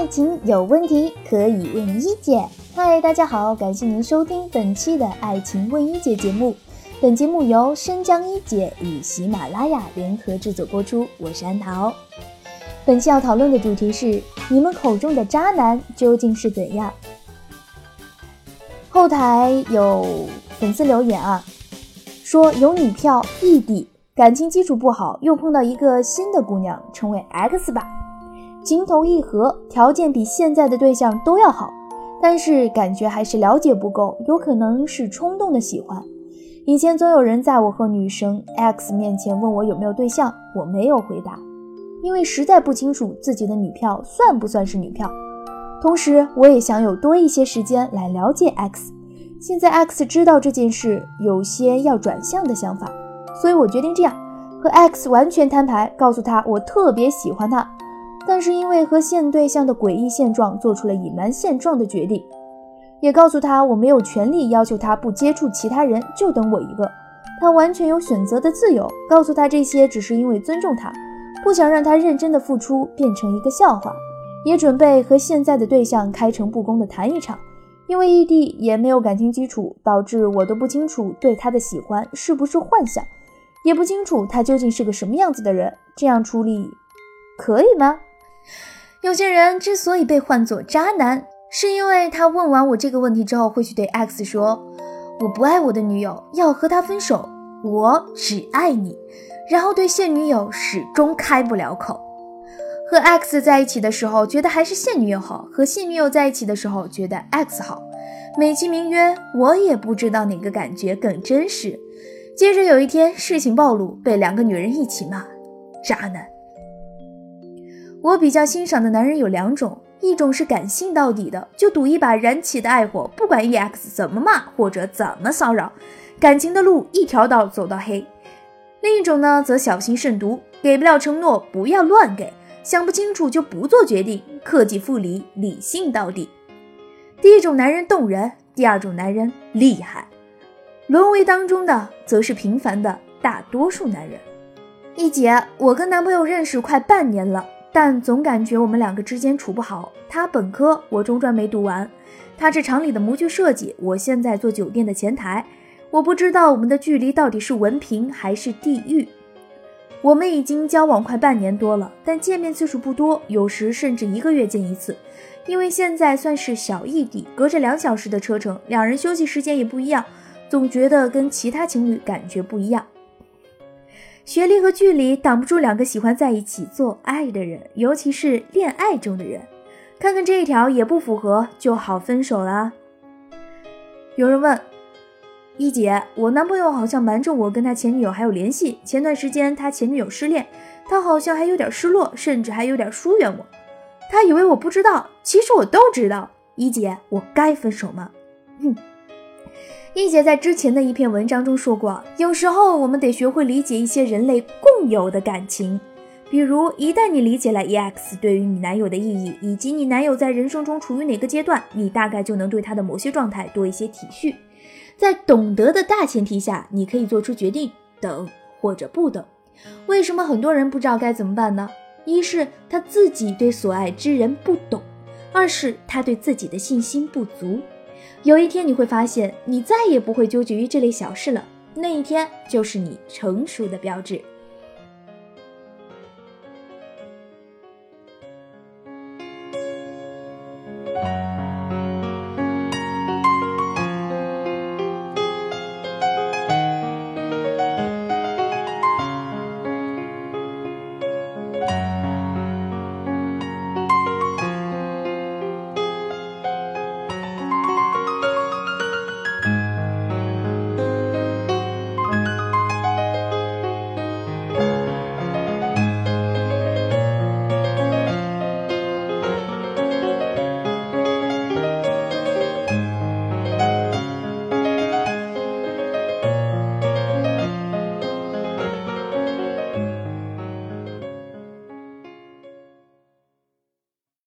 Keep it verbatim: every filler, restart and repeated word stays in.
爱情有问题可以问一姐。嗨，大家好，感谢您收听本期的爱情问一姐节目。本节目由生姜一姐与喜马拉雅联合制作播出，我是安桃。本期要讨论的主题是：你们口中的渣男究竟是怎样？后台有粉丝留言啊，说有女票异地，感情基础不好，又碰到一个新的姑娘，成为 X 吧。情投意合，条件比现在的对象都要好，但是感觉还是了解不够，有可能是冲动的喜欢。以前总有人在我和女生 X 面前问我有没有对象，我没有回答，因为实在不清楚自己的女票算不算是女票。同时我也想有多一些时间来了解 X， 现在 X 知道这件事有些要转向的想法，所以我决定这样，和 X 完全摊牌，告诉他我特别喜欢他，但是因为和现对象的诡异现状做出了隐瞒现状的决定，也告诉他我没有权利要求他不接触其他人，就等我一个，他完全有选择的自由，告诉他这些只是因为尊重他，不想让他认真的付出变成一个笑话，也准备和现在的对象开诚布公的谈一场，因为异地也没有感情基础，导致我都不清楚对他的喜欢是不是幻想，也不清楚他究竟是个什么样子的人，这样处理可以吗？有些人之所以被唤作渣男，是因为他问完我这个问题之后会去对 X 说，我不爱我的女友，要和她分手，我只爱你，然后对现女友始终开不了口。和 X 在一起的时候觉得还是现女友好，和现女友在一起的时候觉得 X 好，美其名曰我也不知道哪个感觉更真实。接着有一天事情暴露，被两个女人一起骂渣男。我比较欣赏的男人有两种，一种是感性到底的，就赌一把燃起的爱火，不管 E X 怎么骂或者怎么骚扰，感情的路一条道走到黑。另一种呢，则小心慎独，给不了承诺不要乱给，想不清楚就不做决定，克己复礼，理性到底。第一种男人动人，第二种男人厉害。沦为当中的则是平凡的大多数男人。一姐，我跟男朋友认识快半年了，但总感觉我们两个之间处不好。他本科，我中专没读完，他是厂里的模具设计，我现在做酒店的前台，我不知道我们的距离到底是文凭还是地狱。我们已经交往快半年多了，但见面次数不多，有时甚至一个月见一次。因为现在算是小异地，隔着两小时的车程，两人休息时间也不一样，总觉得跟其他情侣感觉不一样。学历和距离挡不住两个喜欢在一起做爱的人，尤其是恋爱中的人。看看这一条也不符合，就好分手啦。有人问一姐，我男朋友好像瞒着我跟他前女友还有联系，前段时间他前女友失恋，他好像还有点失落，甚至还有点疏远我。他以为我不知道，其实我都知道。一姐，我该分手吗？哼。一姐在之前的一篇文章中说过，有时候我们得学会理解一些人类共有的感情，比如一旦你理解了 E X 对于你男友的意义，以及你男友在人生中处于哪个阶段，你大概就能对他的某些状态多一些体恤。在懂得的大前提下，你可以做出决定，等或者不等。为什么很多人不知道该怎么办呢？一是他自己对所爱之人不懂，二是他对自己的信心不足。有一天你会发现，你再也不会纠结于这类小事了，那一天就是你成熟的标志。